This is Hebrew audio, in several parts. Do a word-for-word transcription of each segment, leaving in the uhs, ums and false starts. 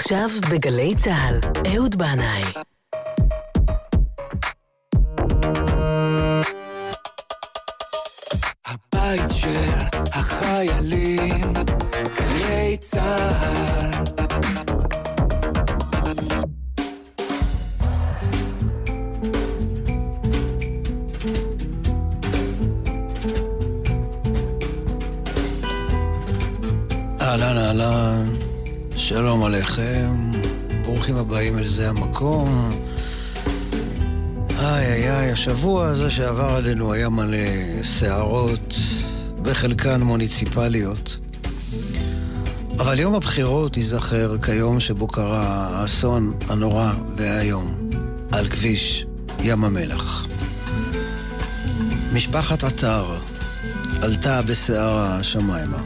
עכשיו בגלי צהל, אהוד בנאי. הבית של החיילים, גלי צהל. אהלן אהלן, שלום עליכם, ברוכים הבאים אל זה המקום. איי איי איי, השבוע הזה שעבר עלינו היה מלא שערות, בחלקן מוניציפליות. אבל יום הבחירות ייזכר כיום שבו קרה האסון הנורא והיום על כביש ים המלח. משפחת עטר עלתה בסערה השמיימה.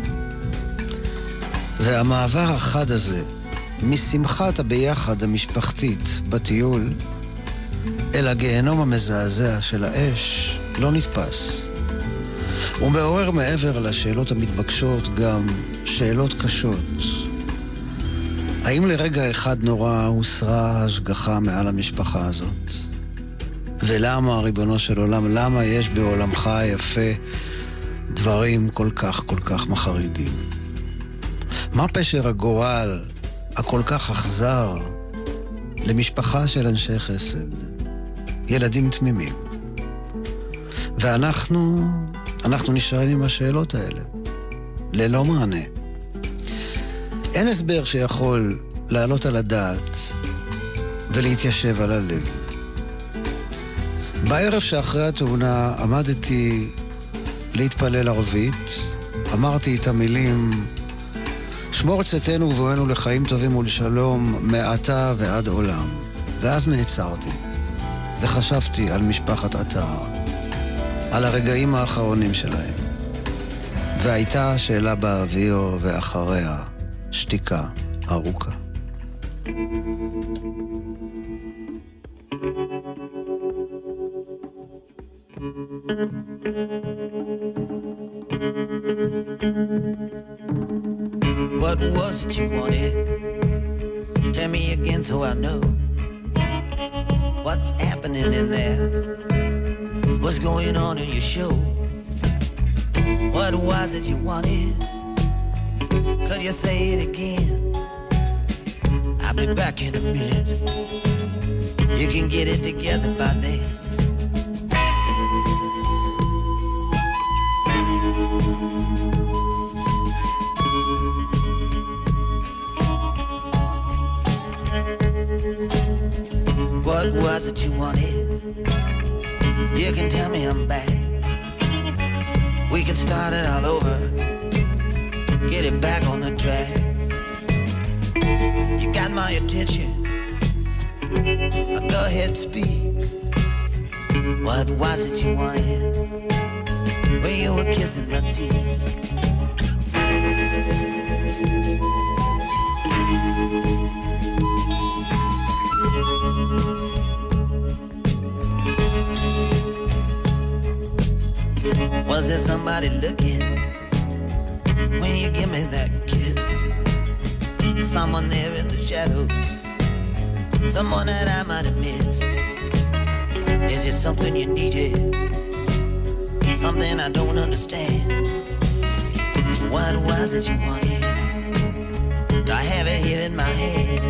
והמעבר החד הזה, משמחת הביחד המשפחתית בטיול, אל הגיהנום המזעזע של האש, לא נתפס. הוא מעורר מעבר לשאלות המתבקשות גם שאלות קשות. האם לרגע אחד נורא הוסרה ההשגחה מעל המשפחה הזאת? ולמה, ריבונו של עולם, למה יש בעולמך היפה דברים כל כך כל כך מחרידים? מה פשר הגורל הכל כך אכזר למשפחה של אנשי חסד, ילדים תמימים? ואנחנו, אנחנו נשארים עם השאלות האלה, ללא מענה. אין הסבר שיכול לעלות על הדעת ולהתיישב על הלב. בערב שאחרי התאונה עמדתי להתפלל ערבית, אמרתי את המילים, שמור צאתנו ובואנו לחיים טובים ולשלום מעתה ועד עולם. ואז נעצרתי וחשבתי על משפחת עטר, על הרגעים האחרונים שלהם. והייתה שאלה באוויר ואחריה שתיקה ארוכה. What was it you wanted? Tell me again so I know. What's happening in there? What's going on in your show? What was it you wanted? Could you say it again? I'll be back in a minute. You can get it together by then. What was it you wanted? You can tell me I'm back. We can start it all over. Get it back on the track. You got my attention. Go ahead, speak. What was it you wanted? When you were kissing my teeth. Was there somebody looking when you give me that kiss? Someone there in the shadows, someone that I might have missed. Is it something you needed? Something I don't understand. What was it you wanted? Do I have it here in my head?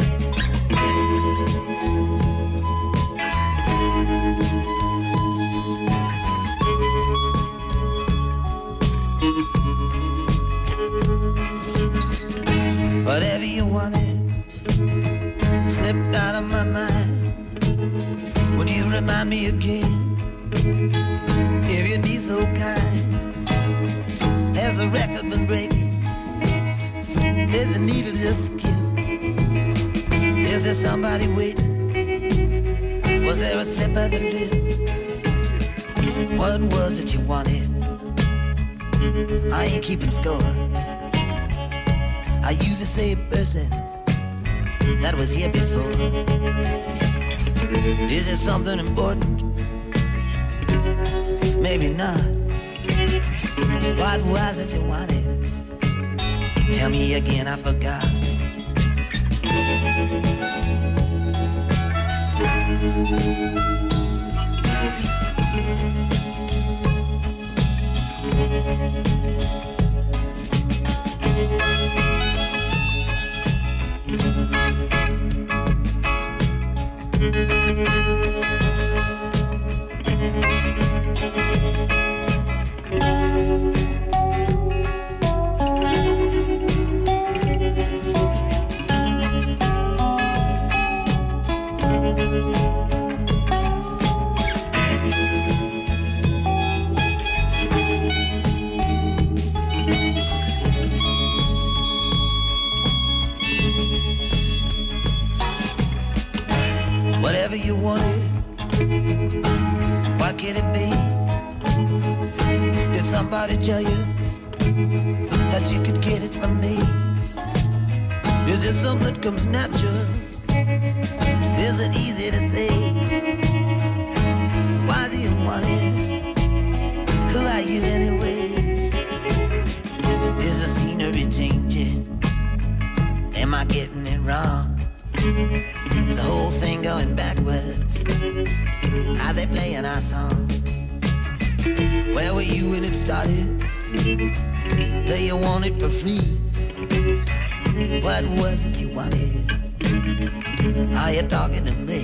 Whatever you wanted slipped out of my mind. Would you remind me again? If you'd be so kind. Has the record been breaking? Did the needle just skip? Is there somebody waiting? Was there a slip of the lip? What was it you wanted? I ain't keeping score. Are you the same person that was here before? Is it something important? Maybe not. What was it you wanted? Tell me again, I forgot. Whatever you wanted, why can't it be? Did somebody tell you that you could get it from me? Is it something that comes natural? Is it easy to say? Why do you want it? Who are you anyway? Is the scenery changing? Am I getting it wrong? Is the whole thing going backwards? Are they playing our song? Where were you when it started? Do you want it for free? What was it you wanted? Are you talking to me?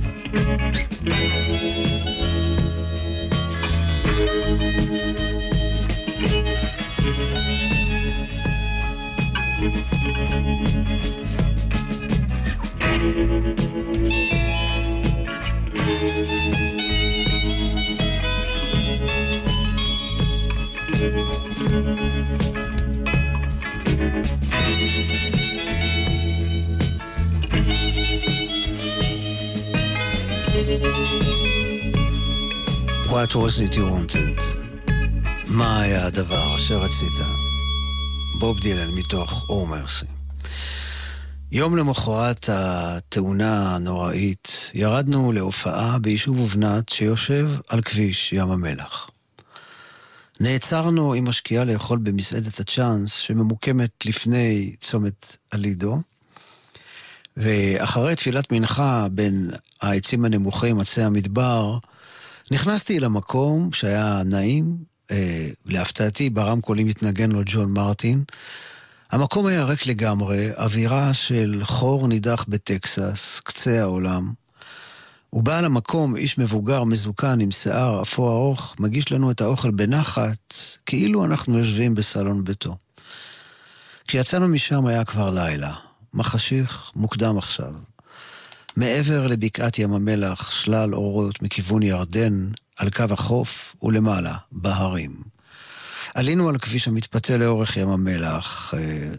What was it you wanted? מה היה הדבר שרצית? בוב דילן מתוך Oh Mercy. יום למחרת התאונה הנוראית ירדנו להופעה ביישוב אבנת שיושב על כביש ים המלח. נעצרנו עם השקיעה לאכול במסעדת הצ'אנס שממוקמת לפני צומת הלידו, ואחרי תפילת מנחה בין העצים הנמוכים עצי המדבר נכנסתי למקום שהיה נעים, אה, להפתעתי ברמקולים התנגן לו ג'ון מרטין. המקום היה ריק לגמרי, אווירה של חור נידח בטקסס, קצה העולם. ובעל המקום, איש מבוגר מזוקן עם שיער אפור ארוך, מגיש לנו את האוכל בנחת, כאילו אנחנו יושבים בסלון ביתו. כשיצאנו משם היה כבר לילה, מחשיך מוקדם עכשיו. מעבר לבקעת ים המלח, שלל אורות מכיוון ירדן, על קו החוף ולמעלה, בהרים. עלינו על כביש המתפתה לאורך ים המלח.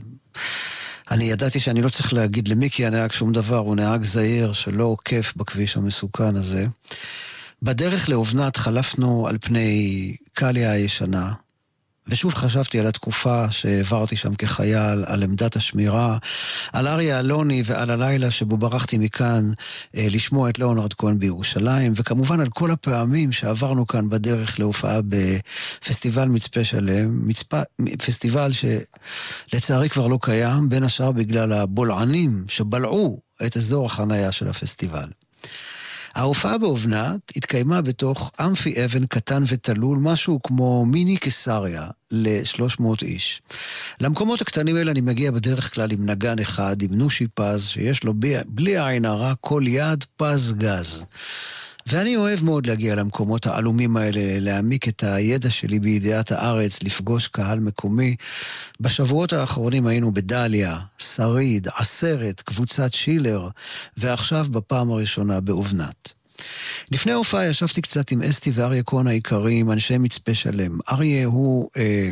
אני ידעתי שאני לא צריך להגיד למיקי הנהג שום דבר, הוא נהג זהיר שלא עוקף בכביש המסוכן הזה. בדרך לאובנת חלפנו על פני קליה הישנה, ושוב חשבתי על התקופה שהעברתי שם כחייל, על עמדת השמירה, על אריה אלוני ועל הלילה שבו ברחתי מכאן אה, לשמוע את ליאונרד כהן בירושלים, וכמובן על כל הפעמים שעברנו כאן בדרך להופעה בפסטיבל מצפה שלם, מצפה, פסטיבל שלצערי כבר לא קיים, בין השאר בגלל הבולענים שבלעו את אזור החנייה של הפסטיבל. ההופעה באובנת התקיימה בתוך אמפי אבן קטן ותלול, משהו כמו מיני קיסריה ל-שלוש מאות איש. למקומות הקטנים האלה אני מגיע בדרך כלל עם נגן אחד, עם נושי פז, שיש לו בלי העין הרע כל יד פז גז. ואני אוהב מאוד להגיע למקומות העלומים האלה, להעמיק את הידע שלי בידיעת הארץ, לפגוש קהל מקומי. בשבועות האחרונים היינו בדליה, שריד, עשרת, קבוצת שילר, ועכשיו בפעם הראשונה באובנת. לפני ההופעה ישבתי קצת עם אסתי ואריה כהן העיקריים, אנשי מצפה שלם. אריה הוא אה,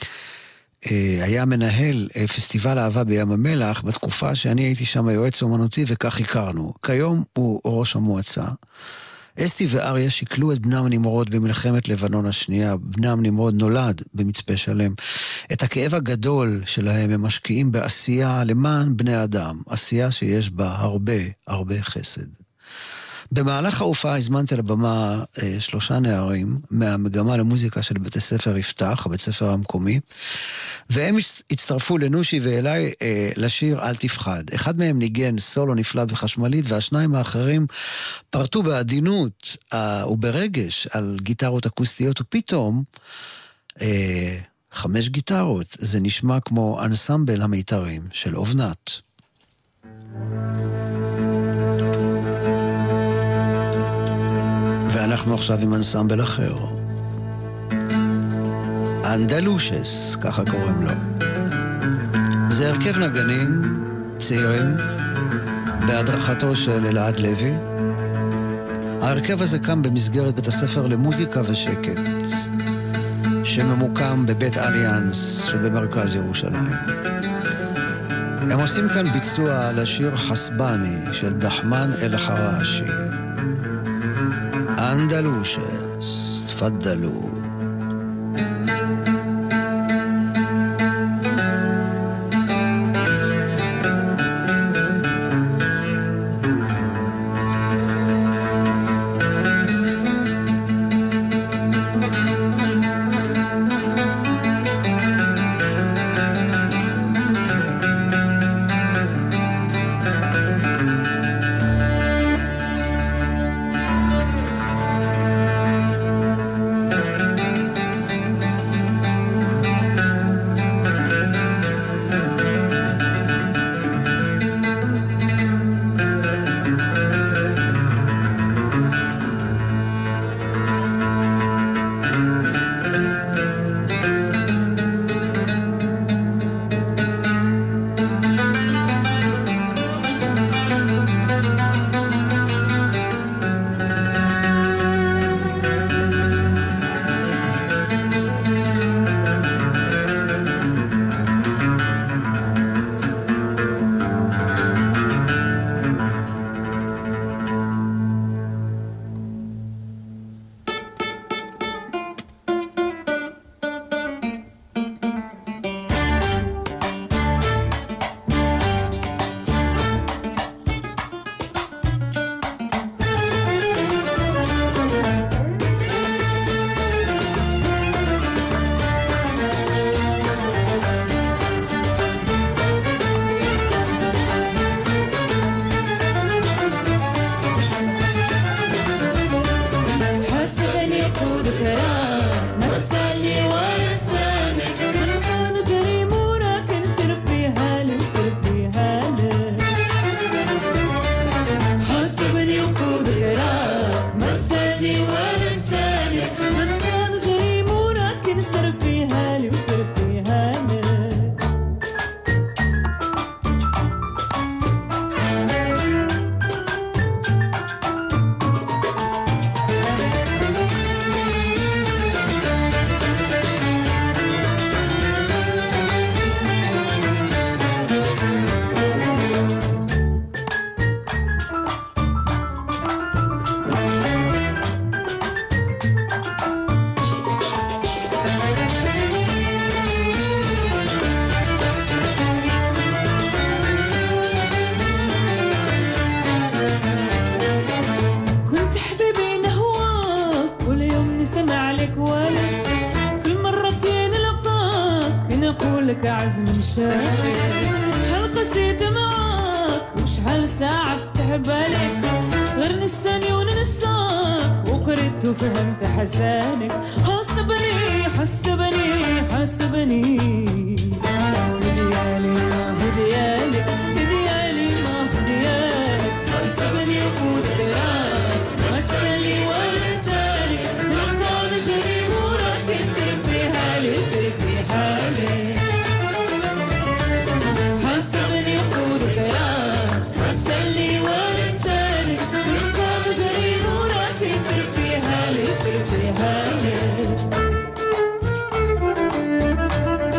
אה, היה מנהל אה, פסטיבל אהבה בים המלח, בתקופה שאני הייתי שם היועץ אומנותי וכך הכרנו. כיום הוא ראש המועצה. אסתי ואריה שיקלו את בנם נמרוד במלחמת לבנון השנייה. בנם נמרוד נולד במצפה שלם. את הכאב הגדול שלהם הם משקיעים בעשייה למען בני אדם, עשייה שיש בה הרבה הרבה חסד. במהלך ההופעה הזמנתי לבמה אה, שלושה נערים מהמגמה למוזיקה של בית הספר יפתח, הבית הספר המקומי, והם הצטרפו לנושי ואליי אה, לשיר אל תפחד. אחד מהם ניגן סולו נפלא וחשמלית, והשניים האחרים פרטו בעדינות אה, וברגש על גיטרות אקוסטיות, ופתאום אה, חמש גיטרות, זה נשמע כמו אנסמבל המיתרים של אובנת. ואנחנו עכשיו עם אנסמבל אחר. אנדלושס, ככה קוראים לו. זה הרכב נגנים צעירים בהדרכתו של אלעד לוי. ההרכב הזה קם במסגרת בית הספר למוזיקה ושקט, שממוקם בבית אליאנס שבמרכז ירושלים. הם עושים כאן ביצוע לשיר חסבני של דחמן אל-חרשי. אנדלושס, תפדלו. فيها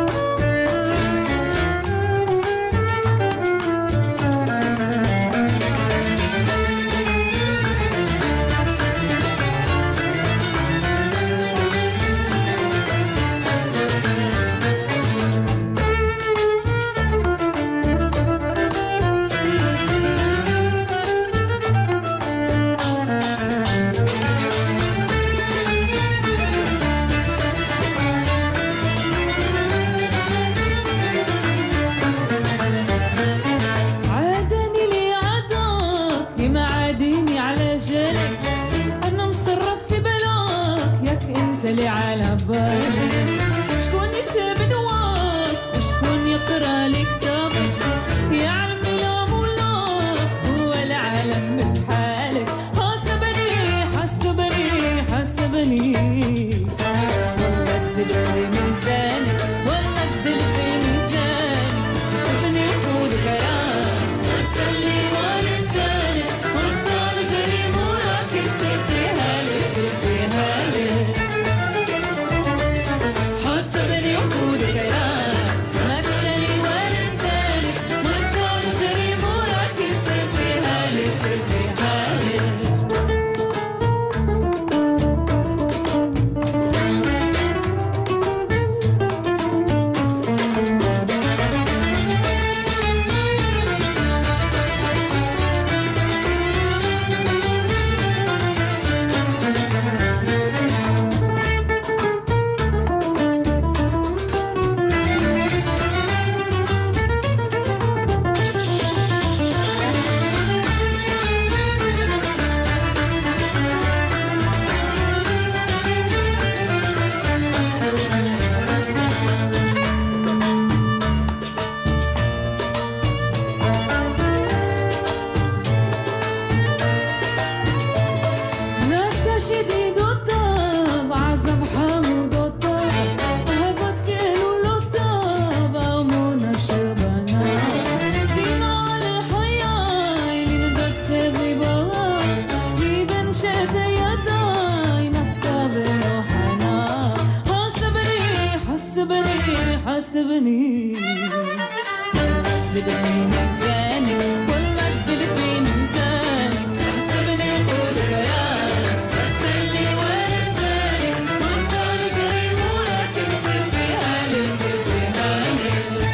حسبني زد في ميزاني والله زد في ميزاني حسبني قول كلام فسلي ولساني وانت نجري ولكن زد في حالي زد في حالي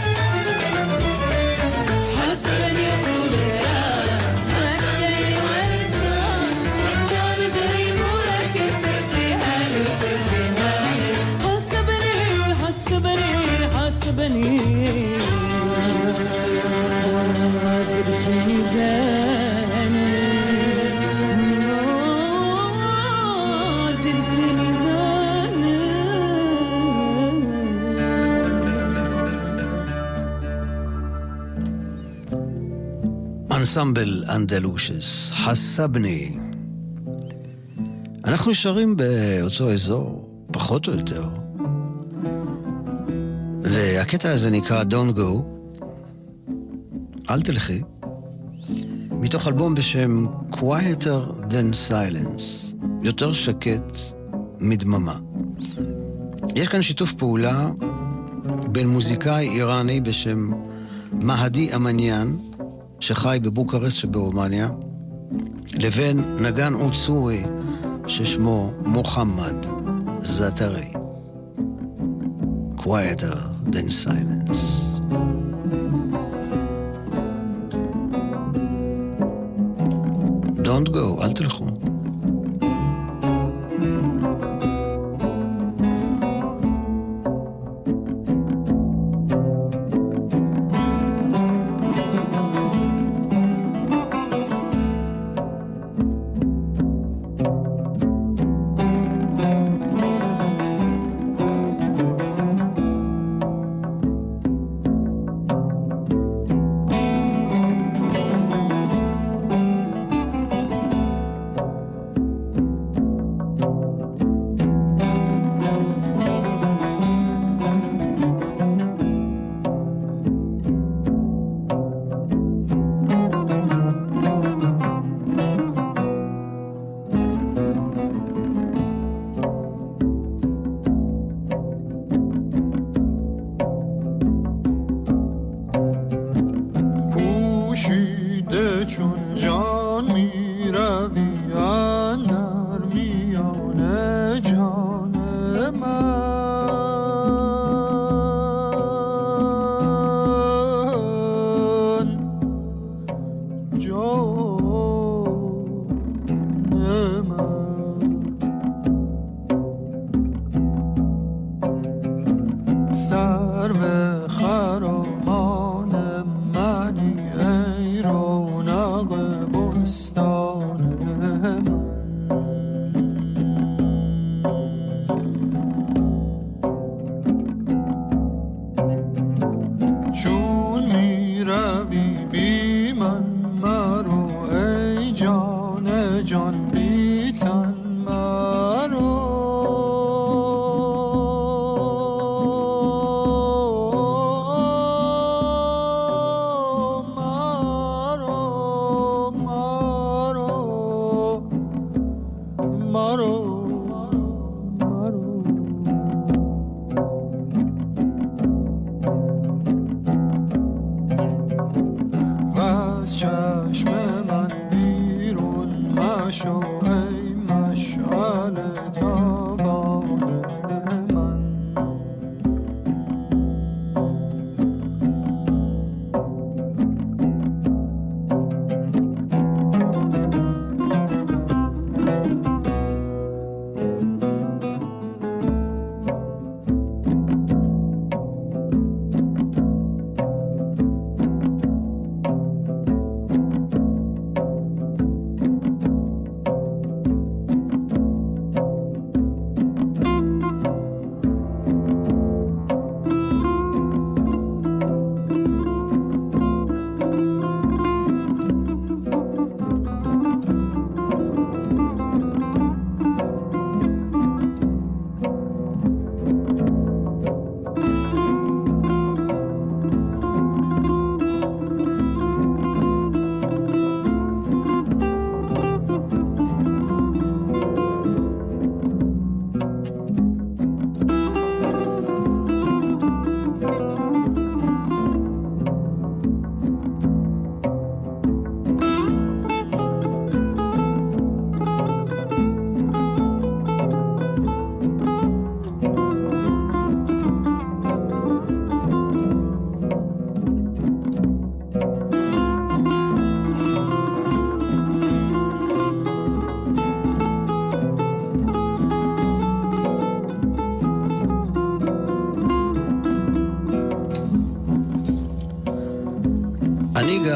حسبني قول كلام فسلي ولساني وانت نجري ولكن زد في حالي زد في حالي حسبني حسبني حسبني زد في ميزاني زد في ميزاني אנסמבל אנדלושס, חסבני. אנחנו שרים באותו אזור, פחות או יותר. והקטע הזה נקרא Don't Go, אל תלכי, מתוך אלבום בשם Quieter Than Silence, יותר שקט מדממה. יש כאן שיתוף פעולה בין מוזיקאי איראני בשם מהדי אמניאן, שחי בבוקרסט שברומניה, לבין נגן אוצורי ששמו מוחמד זאטרי. Quieter Than Silence. Don't go, אל תלכו.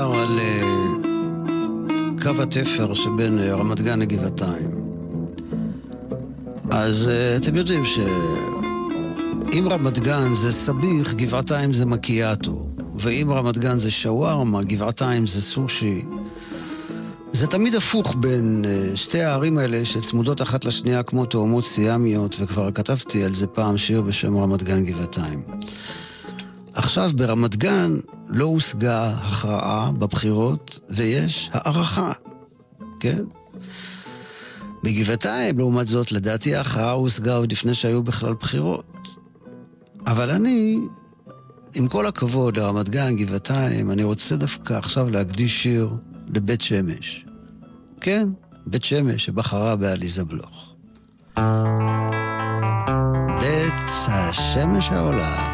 מדובר על uh, קו התפר שבין uh, רמת גן לגבעתיים. אז uh, אתם יודעים שאם רמת גן זה סביח, גבעתיים זה מקיאטו. ואם רמת גן זה שווארמה, גבעתיים זה סושי. זה תמיד הפוך בין uh, שתי הערים האלה שצמודות אחת לשנייה כמו תאומות סיאמיות, וכבר כתבתי על זה פעם שיר בשם רמת גן גבעתיים. עכשיו ברמת גן לא הושגה הכרעה בבחירות ויש הערכה, כן? בגבעתיים, לעומת זאת, לדעתי ההכרעה הושגה עוד לפני שהיו בכלל בחירות. אבל אני, עם כל הכבוד לרמת גן גבעתיים, אני רוצה דווקא עכשיו להקדיש שיר לבית שמש. כן, בית שמש שבחרה בעליזה בלוך. בית השמש העולה.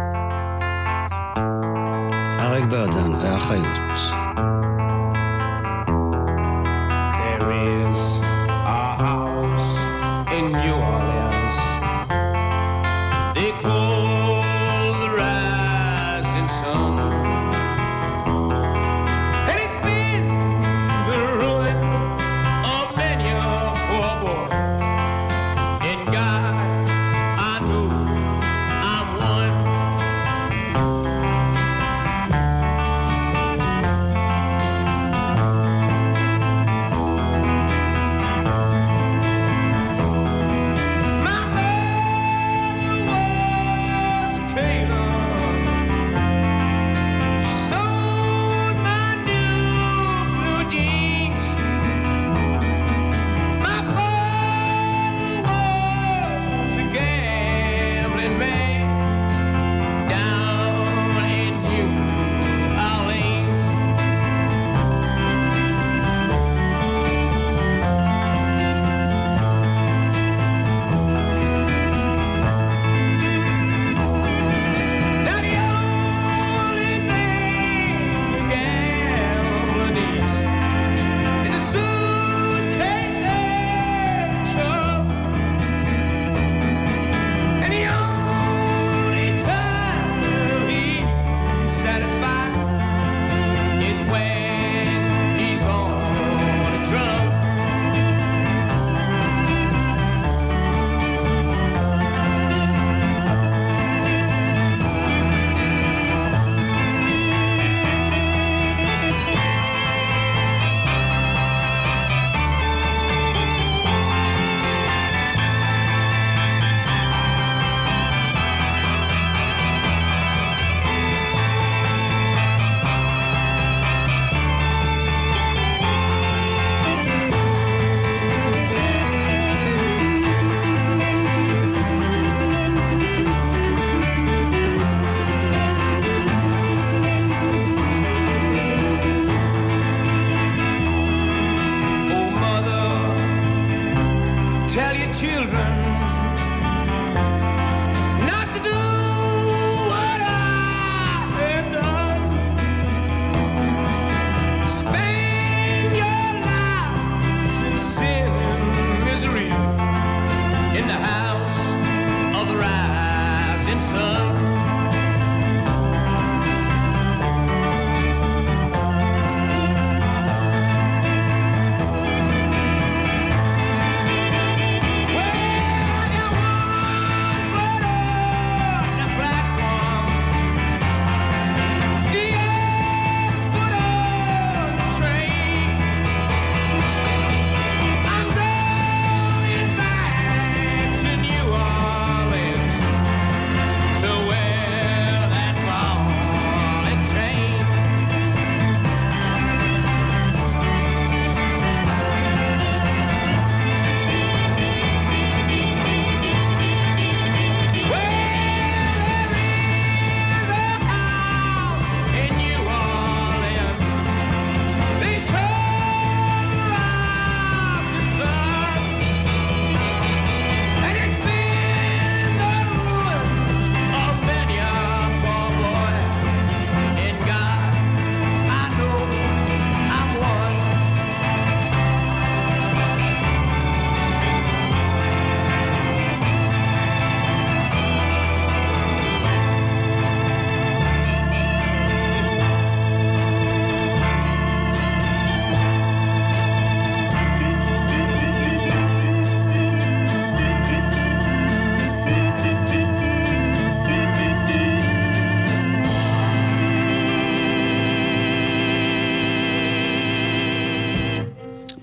אריק ברדן והאחיות. There is a house in New Orleans they call the rising sun, and it's been the ruin of many a poor boy. And God, I know I'm one.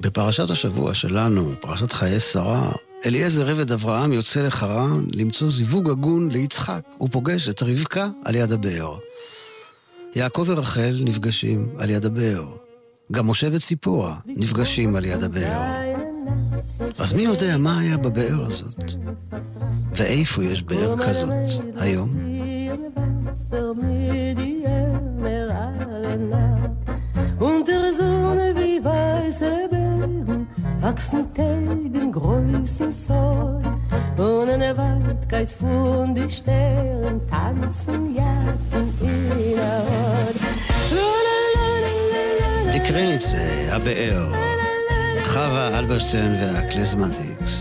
בפרשת השבוע שלנו, פרשת חיי שרה, אליעזר עבד אברהם יוצא לחרן למצוא זיווג הגון ליצחק. הוא פוגש את רבקה על יד הבאר. יעקב ורחל נפגשים על יד הבאר. גם משה וציפורה נפגשים על יד הבאר. אז מי יודע מה היה בבאר הזאת? ואיפה יש באר כזאת היום? Unter Sonne wie weiße Beeren wachsen Tegen größen Soll. Und in der Waldkeit von die Sternen tanzen Jacken in der Hort. דקרניצה, הבאר, חווה אלברשטיין והקלזמטיקס.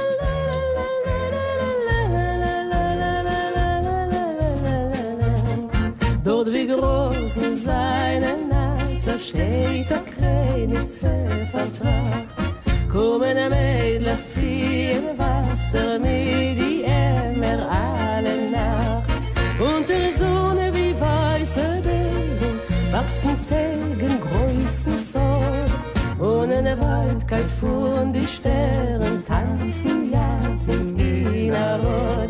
Dort wie groß in seinen Nasser steht der Krenitze Vertrag. Kommen am Mädlach ziehen Wasser mit die Ämmer alle Nacht. Unter Sonne wie weiße Beeren wachsen Tegen größen Soll. Und in der Waldkeit von die Sternen tanzen Jacken in der Rot.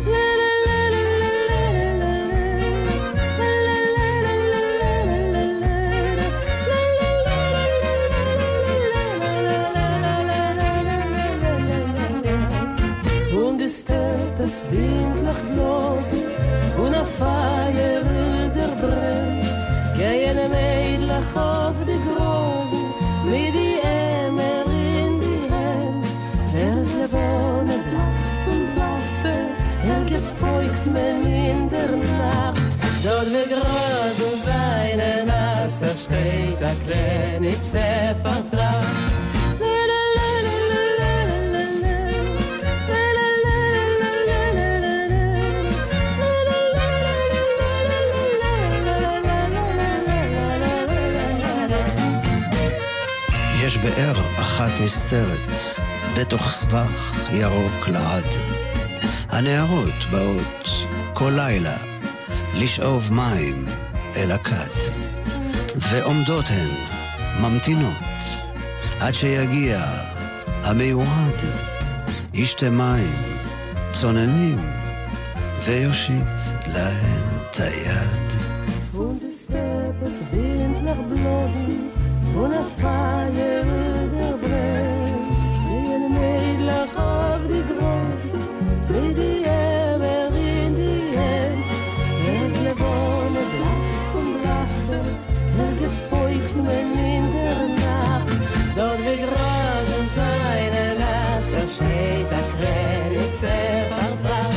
Das Windlach bloßen und auf Feier wilder brennt. Gehen Mädlach auf die Großen mit die Ämmer in die Hand. Der Levone blass und blasse, er geht's beugt man in der Nacht. Dort wir grasen seine Nasser steht der Krenitze Vertrag. יש באר אחת נסתרת, בתוך סבך ירוק לעד. הנערות באות כל לילה לשאוב מים אל הכת, ועומדות הן ממתינות עד שיגיע המיועד, ישתה מים צוננים ויושיט להן את היד. Und es steppes Windlach bloßen und a Feier der brennt. Gehen Mädlach auf die Großen mit die Ämmer in die Hand. Er Levone blass und blasse, er geht's beugt man in der Nacht. Dort wie grasen seine Nasser steht der Krenitze Vertrag.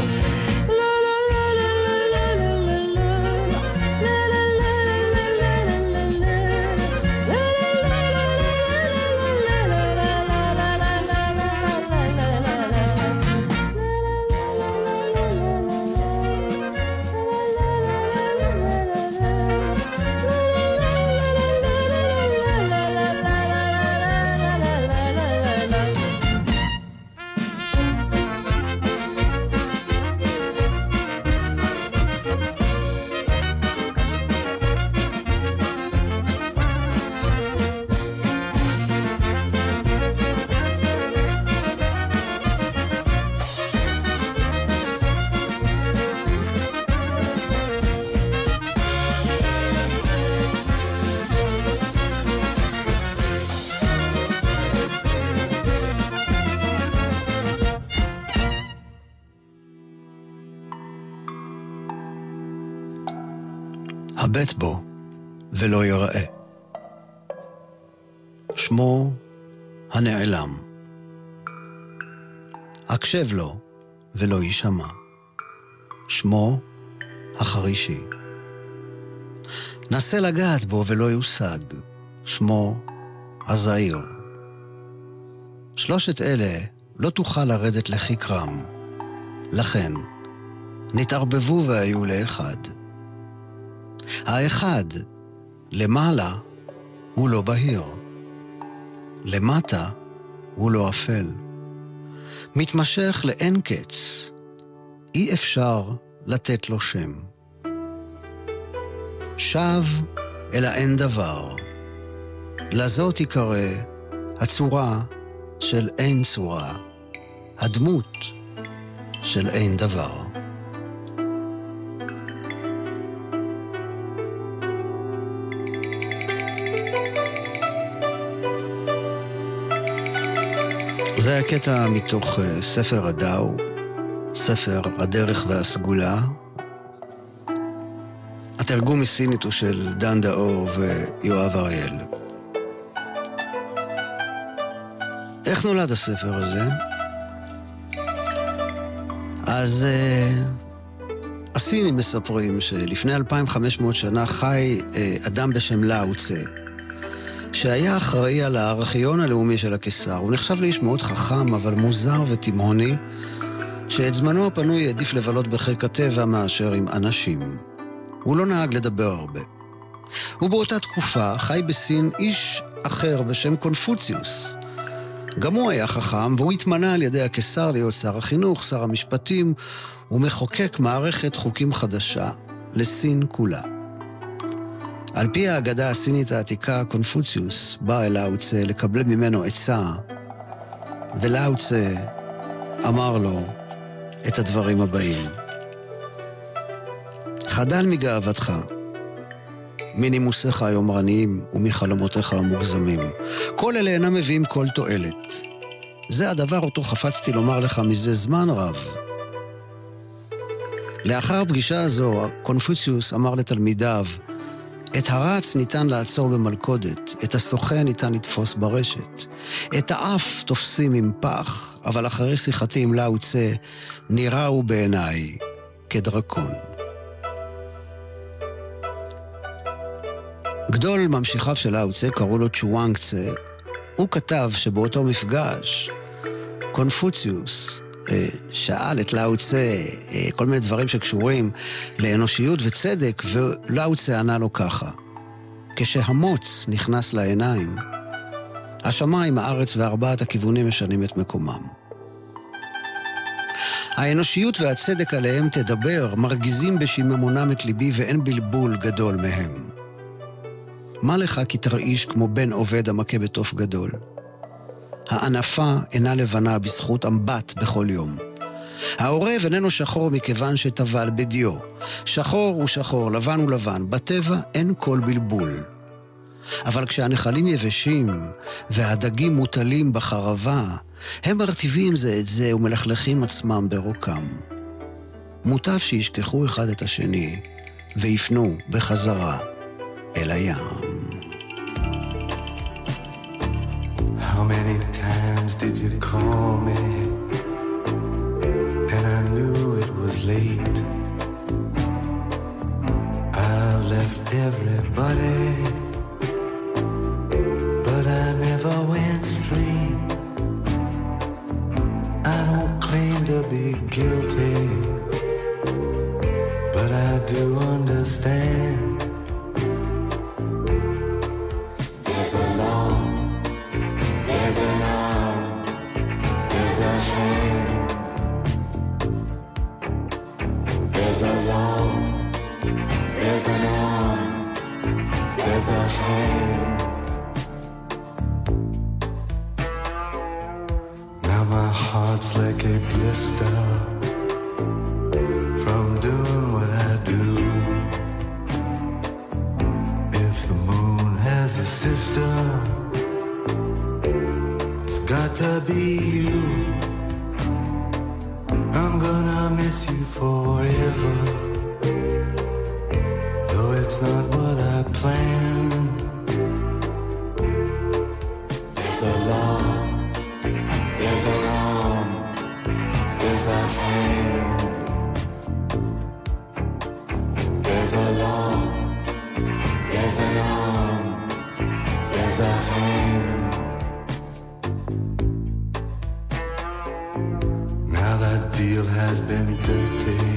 הבט בו ולא יראה. שמו הנעלם. הקשב לו ולא יישמע. שמו החרישי. נסה לגעת בו ולא יושג. שמו הזעיר. שלושת אלה לא תוכל לרדת לחיקרם. לכן נתערבבו והיו לאחד. האחד למעלה הוא לא בהיר, למטה הוא לא אפל, מתמשך לאין קץ, אי אפשר לתת לו שם. שב אל האין דבר, לזאת יקרא הצורה של אין צורה, הדמות של אין דבר. זה היה קטע מתוך ספר הדאו, ספר הדרך והסגולה. התרגום מסינית הוא של דן דאור ויואב אריאל. איך נולד הספר הזה? אז uh, הסינים מספרים שלפני אלפיים וחמש מאות שנה חי uh, אדם בשם לאו צה, שהיה אחראי על הארכיון הלאומי של הקיסר. הוא נחשב לאיש מאוד חכם, אבל מוזר ותימהוני, שאת זמנו הפנוי העדיף לבלות בחיק הטבע מאשר עם אנשים. הוא לא נהג לדבר הרבה. ובאותה תקופה חי בסין איש אחר בשם קונפוציוס. גם הוא היה חכם, והוא התמנה על ידי הקיסר להיות שר החינוך, שר המשפטים, ומחוקק מערכת חוקים חדשה לסין כולה. על פי האגדה הסינית העתיקה, קונפוציוס בא אל לאו צה לקבל ממנו עצה, ולאו צה אמר לו את הדברים הבאים: חדל מגאוותך, מנימוסיך היומרניים ומחלומותיך המוגזמים. כל אלה אינם מביאים כל תועלת. זה הדבר אותו חפצתי לומר לך מזה זמן רב. לאחר הפגישה הזו, קונפוציוס אמר לתלמידיו, את הרץ ניתן לעצור במלכודת, את הסוכן ניתן לתפוס ברשת. את האף תופסים עם פח, אבל אחרי שיחתי עם לאו צה, נראה הוא בעיניי כדרקון. גדול ממשיכיו של לאו צה, קראו לו צ'ואנג צה. הוא כתב שבאותו מפגש, קונפוציוס אה, שאל את לאו צה אה, כל מיני דברים שקשורים לאנושיות וצדק, ולאו צה ענה לו ככה: כשהמוץ נכנס לעיניים, השמיים, הארץ וארבעת הכיוונים משנים את מקומם. האנושיות והצדק עליהם תדבר, מרגיזים בשיממונם את ליבי, ואין בלבול גדול מהם. מה לך כי תרעיש כמו בן עובד המכה בתוף גדול? הענפה אינה לבנה בזכות אמבט בכל יום. העורב איננו שחור מכיוון שטבל בדיו. שחור הוא שחור, לבן הוא לבן. בטבע אין כל בלבול. אבל כשהנחלים יבשים והדגים מוטלים בחרבה, הם מרטיבים זה את זה ומלכלכים עצמם ברוקם. מוטב שישכחו אחד את השני ויפנו בחזרה אל הים. How many times did you call me? And I knew it was late. I left everybody, but I never went straight. I don't claim to be guilty, but I do understand. There's a law, there's an arm, there's a hand. There's a law, there's an arm, there's a hand. Now my heart's like a blister from doing what I do. If the moon has a sister, it's got to be you. I'm gonna miss you forever, though it's not what I planned. There's a law, there's an arm, there's a hand. There's a law, there's an arm, there's a hand. Now that deal has been dirty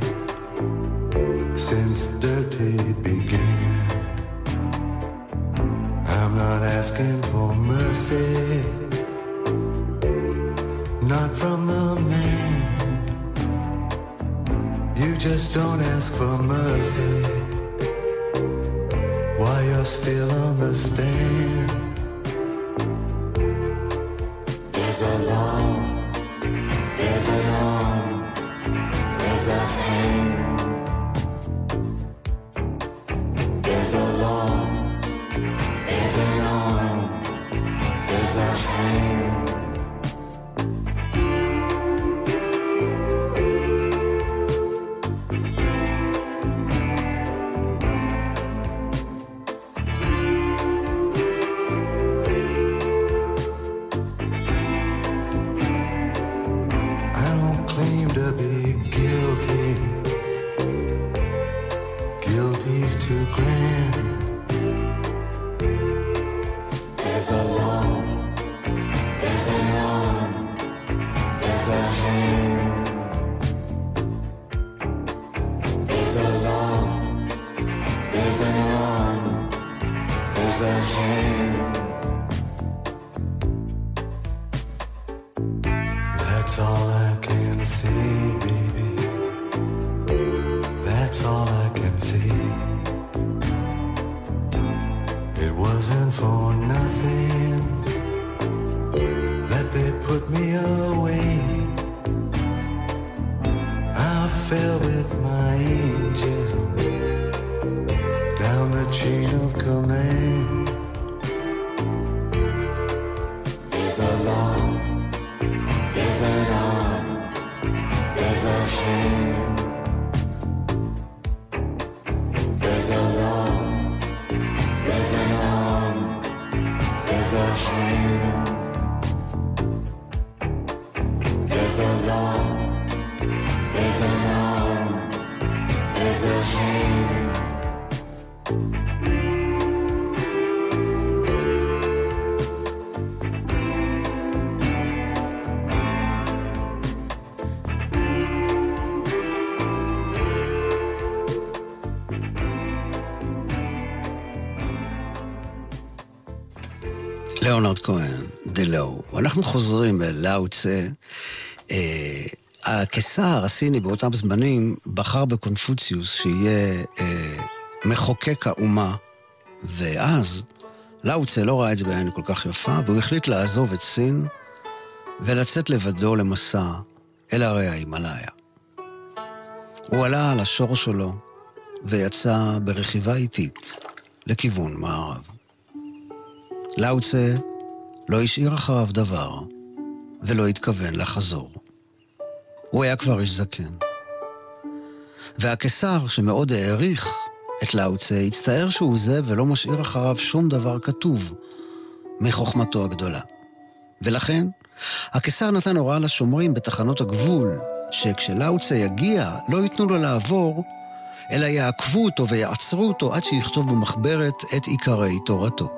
since dirty began. I'm not asking for mercy, not from the man. You just don't ask for mercy while you're still on the stand. There's a long, there's an arm, there's a hand. There's a long, there's an arm, there's a hand. ליאונרד כהן, דלו. ואנחנו חוזרים בלאו צה. אה, הקיסר הסיני באותם זמנים בחר בקונפוציוס שיהיה אה, מחוקק האומה, ואז לאו צה לא ראה את זה בעין כל כך יפה, והוא החליט לעזוב את סין ולצאת לבדו למסע אל הרי ההימאליה. הוא עלה על השור שלו ויצא ברכיבה איטית לכיוון מערב. לאו צה לא השאיר אחריו דבר, ולא התכוון לחזור. הוא היה כבר איש זקן. והקיסר, שמאוד העריך את לאו צה, הצטער שהוא זה ולא משאיר אחריו שום דבר כתוב מחוכמתו הגדולה. ולכן, הקיסר נתן הוראה לשומרים בתחנות הגבול, שכשלאו צה יגיע, לא ייתנו לו לעבור, אלא יעקבו אותו ויעצרו אותו עד שיכתוב במחברת את עיקרי תורתו.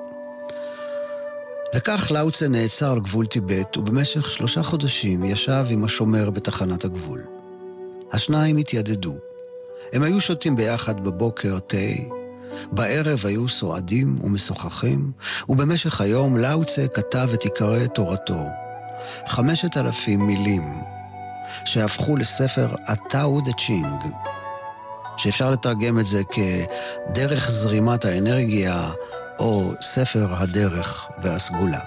וכך לאו צה נעצר על גבול טיבט, ובמשך שלושה חודשים ישב עם השומר בתחנת הגבול. השניים התיידדו. הם היו שותים ביחד בבוקר תה, בערב היו סועדים ומשוחחים, ובמשך היום לאו צה כתב את עיקרי תורתו, חמשת אלפים מילים, שהפכו לספר הטאו דה צ'ינג, שאפשר לתרגם את זה כדרך זרימת האנרגיה, או ספר הדרך והסגולה.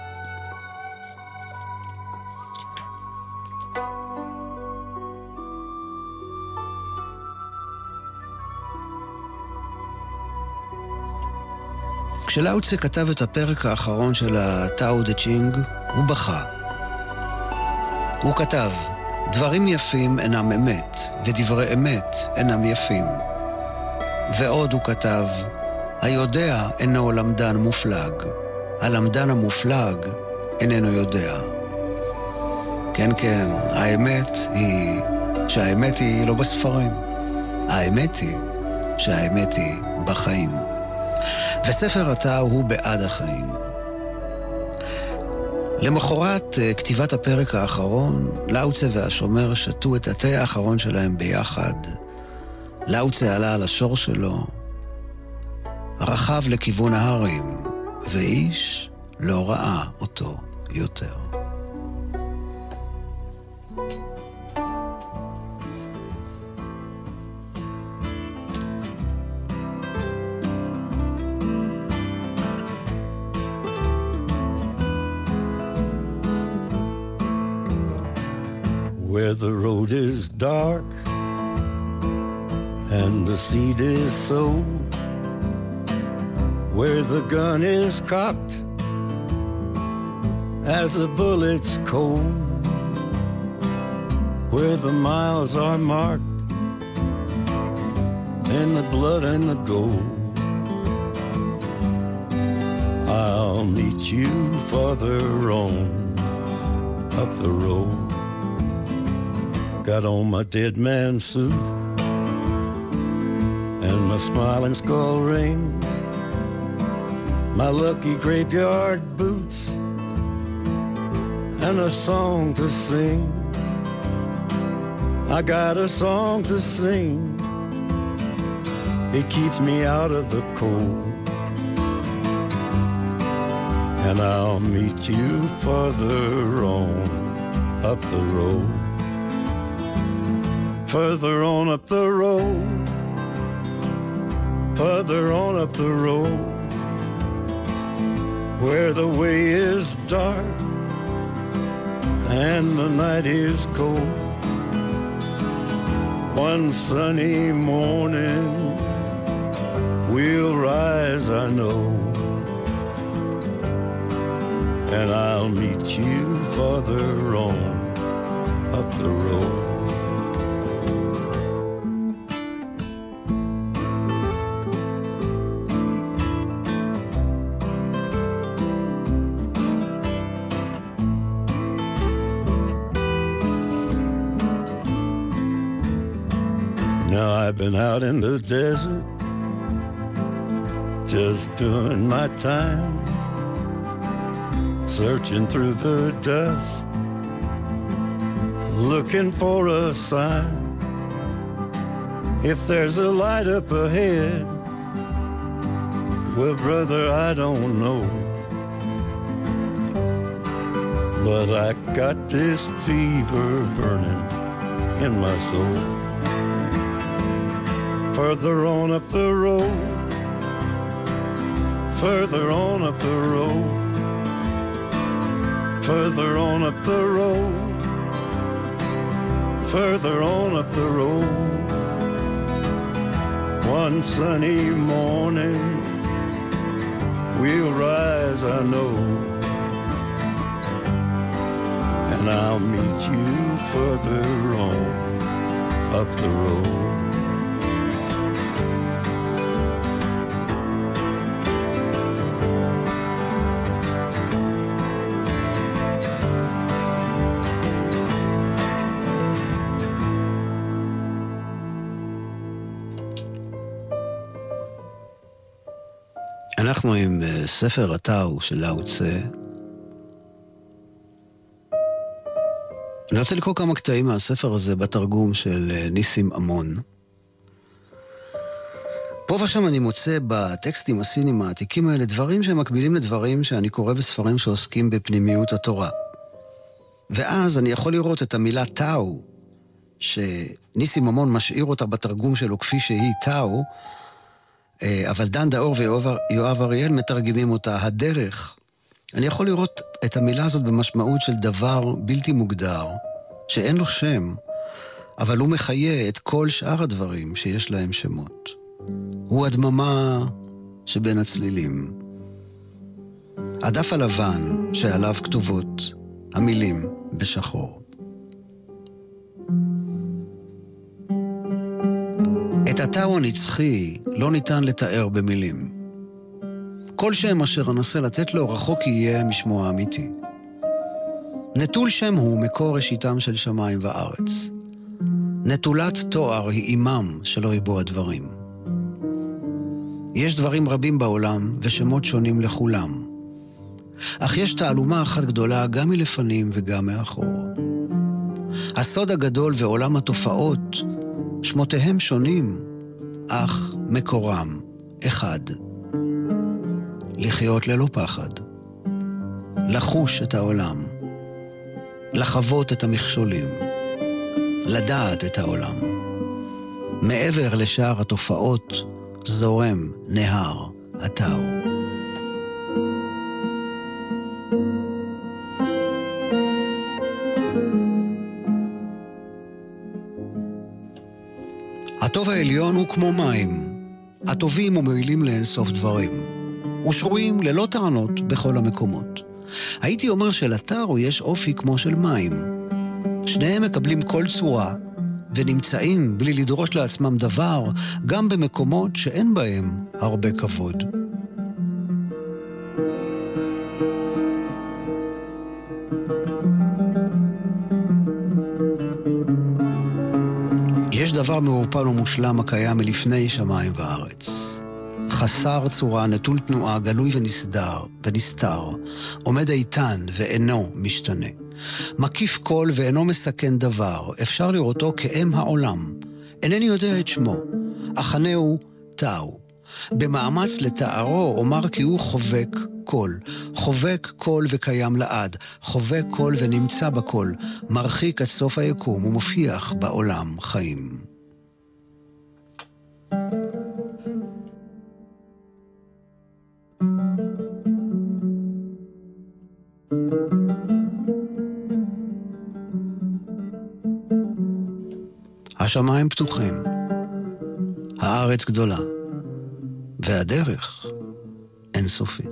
כשלאו צה כתב את הפרק האחרון של הטאו דה צ'ינג, הוא בכה. הוא כתב, דברים יפים אינם אמת, ודברי אמת אינם יפים. ועוד הוא כתב, היודע אינו למדן מופלג, הלמדן המופלג איננו יודע. כן, כן, האמת היא שהאמת היא לא בספרים. האמת היא שהאמת היא בחיים. וספר הטאו הוא בעד החיים. למחרת כתיבת הפרק האחרון, לאו צה והשומר שתו את התה האחרון שלהם ביחד. לאו צה עלה על השור שלו, רכב לכיוון ההרים, ואיש לא ראה אותו יותר. where the road is dark and the seed is sown, where the gun is cocked as the bullet's cold, where the miles are marked in the blood and the gold. I'll meet you farther on up the road. Got on my dead man suit and my smiling skull ring, my lucky graveyard boots, and a song to sing. I got a song to sing. It keeps me out of the cold. And I'll meet you further on up the road. Further on up the road. Further on up the road. Where the way is dark and the night is cold. One sunny morning we'll rise, I know, and I'll meet you farther on up the road. Now I've been out in the desert, just doing my time, searching through the dust, looking for a sign. If there's a light up ahead, well, brother, I don't know, but I got this fever burning in my soul. Further on up the road, further on up the road, further on up the road, further on up the road. One sunny morning we'll rise, I know, and I'll meet you further on up the road. אנחנו עם ספר הטאו של לאו צה. אני רוצה לקרוא כמה קטעים מהספר הזה בתרגום של ניסים אמון. פה ושם אני מוצא בטקסטים הסינים העתיקים האלה דברים שהם מקבילים לדברים שאני קורא בספרים שעוסקים בפנימיות התורה. ואז אני יכול לראות את המילה טאו, שניסים אמון משאיר אותה בתרגום שלו כפי שהיא טאו, אבל דן דאור ויואב אריאל מתרגמים אותה הדרך. אני יכול לראות את המילה הזאת במשמעות של דבר בלתי מוגדר, שאין לו שם, אבל הוא מחיה את כל שאר הדברים שיש להם שמות. הוא הדממה שבין הצלילים. הדף הלבן שעליו כתובות המילים בשחור. את הטאו הנצחי לא ניתן לתאר במילים. כל שם אשר אנסה לתת לו רחוק יהיה משמו האמיתי. נטול שם הוא מקור ראשיתם של שמיים וארץ. נטולת תואר היא אימם של ריבוע הדברים. יש דברים רבים בעולם ושמות שונים לכולם. אך יש תעלומה אחת גדולה גם מלפנים וגם מאחור. הסוד הגדול ועולם התופעות שמותיהם שונים, אך מקורם אחד. לחיות ללא פחד. לחוש את העולם. לחוות את המכשולים. לדעת את העולם. מעבר לשאר התופעות זורם נהר הטאו. הטוב העליון הוא כמו מים, הטובים ומועילים לאינסוף דברים, ושרויים ללא טענות בכל המקומות. הייתי אומר שלטרו יש אופי כמו של מים. שניהם מקבלים כל צורה, ונמצאים בלי לדרוש לעצמם דבר, גם במקומות שאין בהם הרבה כבוד. יש דבר מעורפל ומושלם הקיים מלפני שמיים וארץ. חסר צורה, נטול תנועה, גלוי ונסדר, ונסתר, עומד איתן ואינו משתנה. מקיף כל ואינו מסכן דבר, אפשר לראותו כאם העולם. אינני יודע את שמו, אחנהו טאו. במאמץ לתארו אומר כי הוא חובק כל, חובק כל וקיים לעד, חובק כל ונמצא בכל, מרחיק עד סוף היקום ומופיח בעולם חיים. השמיים פתוחים, הארץ גדולה, והדרך אינסופית.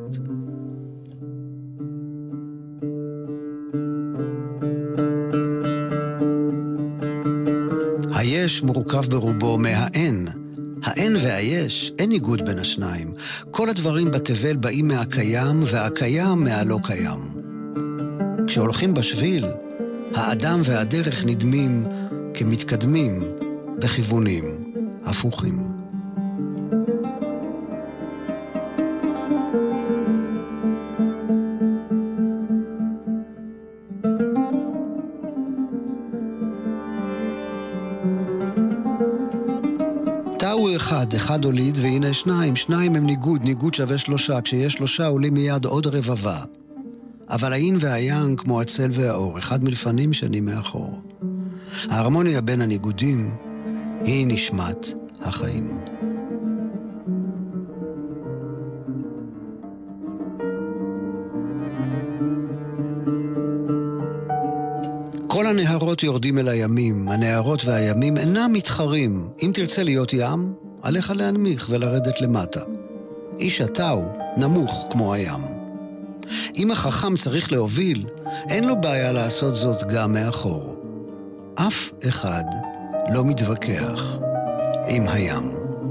היש מורכב ברובו מהאין. האין והיש, אין ניגוד בין השניים. כל הדברים בתבל באים מהקיים, והקיים מהלא קיים. כשהולכים בשביל, האדם והדרך נדמים כמתקדמים בכיוונים הפוכים. טאו אחד, אחד הוליד והנה שניים, שניים הם ניגוד, ניגוד שווה שלושה, כשיש שלושה עולים מיד עוד רבבה. אבל האין והיין כמו הצל והאור, אחד מלפנים שני מאחור. ההרמוניה בין הניגודים היא נשמת החיים. כל הנהרות יורדים אל הימים, הנהרות והימים אינם מתחרים. אם תרצה להיות ים, עליך להנמיך ולרדת למטה. איש הטאו נמוך כמו הים. אם החכם צריך להוביל, אין לו בעיה לעשות זאת גם מאחור. אף אחד לא מתווכח עם הים.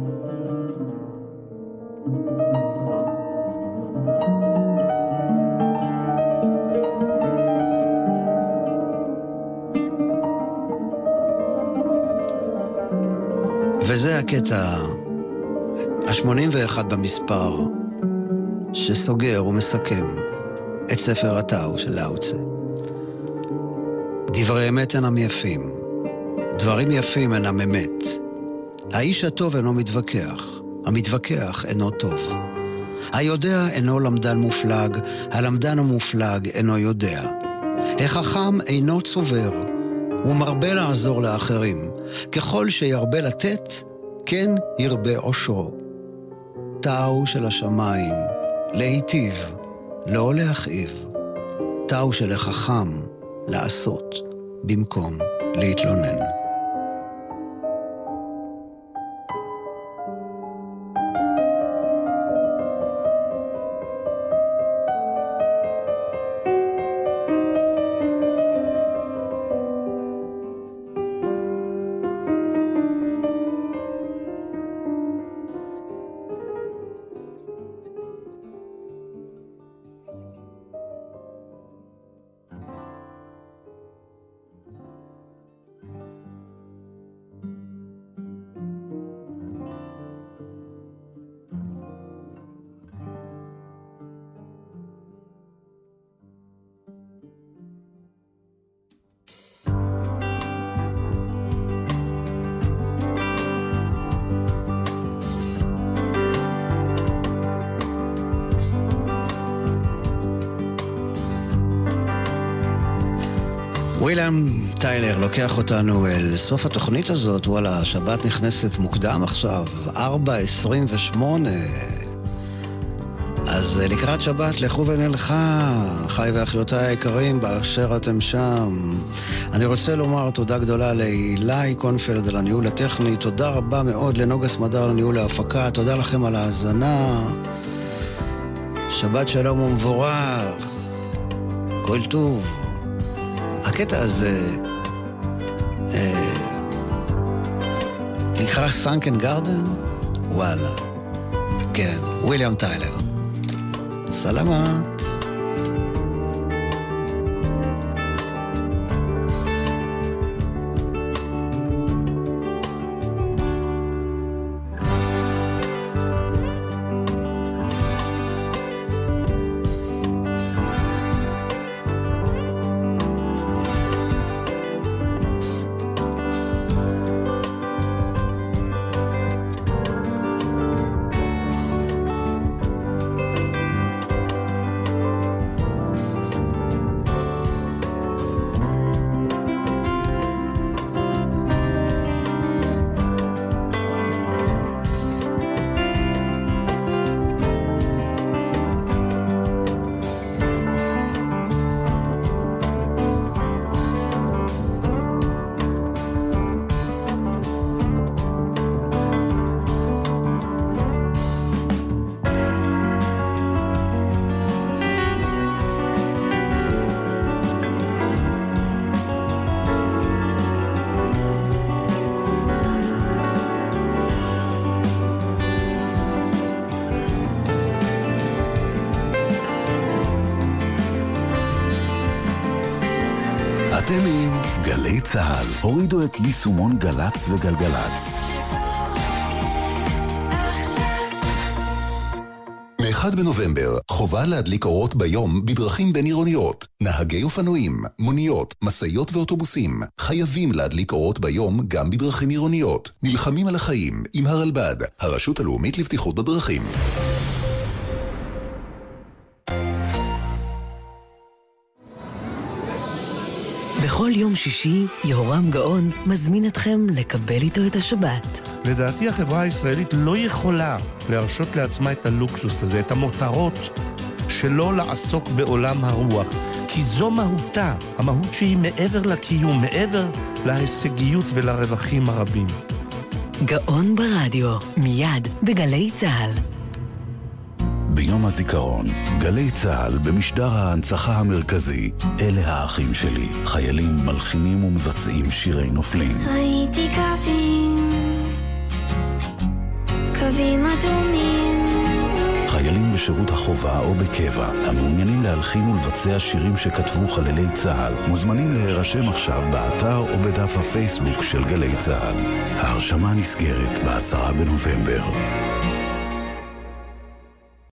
וזה הקטע ה-שמונים ואחת במספר שסוגר ומסכם את ספר הטאו של לאו צה. דברי אמת אינם יפים, דברים יפים אינם אמת. האיש הטוב אינו מתווכח, המתווכח אינו טוב. היודע אינו למדן מופלג, הלמדן המופלג אינו יודע. החכם אינו צובר, הוא מרבה לעזור לאחרים. ככל שירבה לתת, כן ירבה עושרו. טאו של השמיים, להיטיב, לא להכאיב. טאו של החכם, לעשות, במקום להתלונן. ווילם טיילר לוקח אותנו אל סוף התוכנית הזאת. וואלה, השבת נכנסת מוקדם עכשיו, ארבע עשרים ושמונה. אז אז לקראת שבת, לכו ונלכה, אחי ואחיותיי היקרים, באשר אתם שם. אני רוצה לומר תודה גדולה לאילי קונפלד על הניהול הטכני, תודה רבה מאוד לנוגה סמדר על ניהול ההפקה, תודה לכם על ההאזנה. שבת שלום ומבורך, כל טוב. הקטע הזה אה, נקרא סנקן גרדן? וואלה. כן, וויליאם טיילר. סלמת. אתם עם גלי צהל. הורידו את יישומון גלץ וגלגלץ. מאחד בנובמבר, חובה להדליק אורות ביום בדרכים בין עירוניות. נהגי אופנועים, מוניות, מסעיות ואוטובוסים חייבים להדליק אורות ביום גם בדרכים עירוניות. נלחמים על החיים עם הרלב"ד, הרשות הלאומית לבטיחות בדרכים. בכל יום שישי, יהורם גאון מזמין אתכם לקבל איתו את השבת. לדעתי החברה הישראלית לא יכולה להרשות לעצמה את הלוקסוס הזה, את המותרות שלא לעסוק בעולם הרוח. כי זו מהותה, המהות שהיא מעבר לקיום, מעבר להישגיות ולרווחים הרבים. גאון ברדיו, מיד בגלי צהל. ביום הזיכרון, גלי צהל במשדר ההנצחה המרכזי, אלה האחים שלי, חיילים מלחינים ומבצעים שירי נופלים. ראיתי קווים, קווים אדומים. חיילים בשירות החובה או בקבע, המעוניינים להלחין ולבצע שירים שכתבו חללי צהל, מוזמנים להירשם עכשיו באתר או בדף הפייסבוק של גלי צהל. ההרשמה נסגרת בעשרה בנובמבר.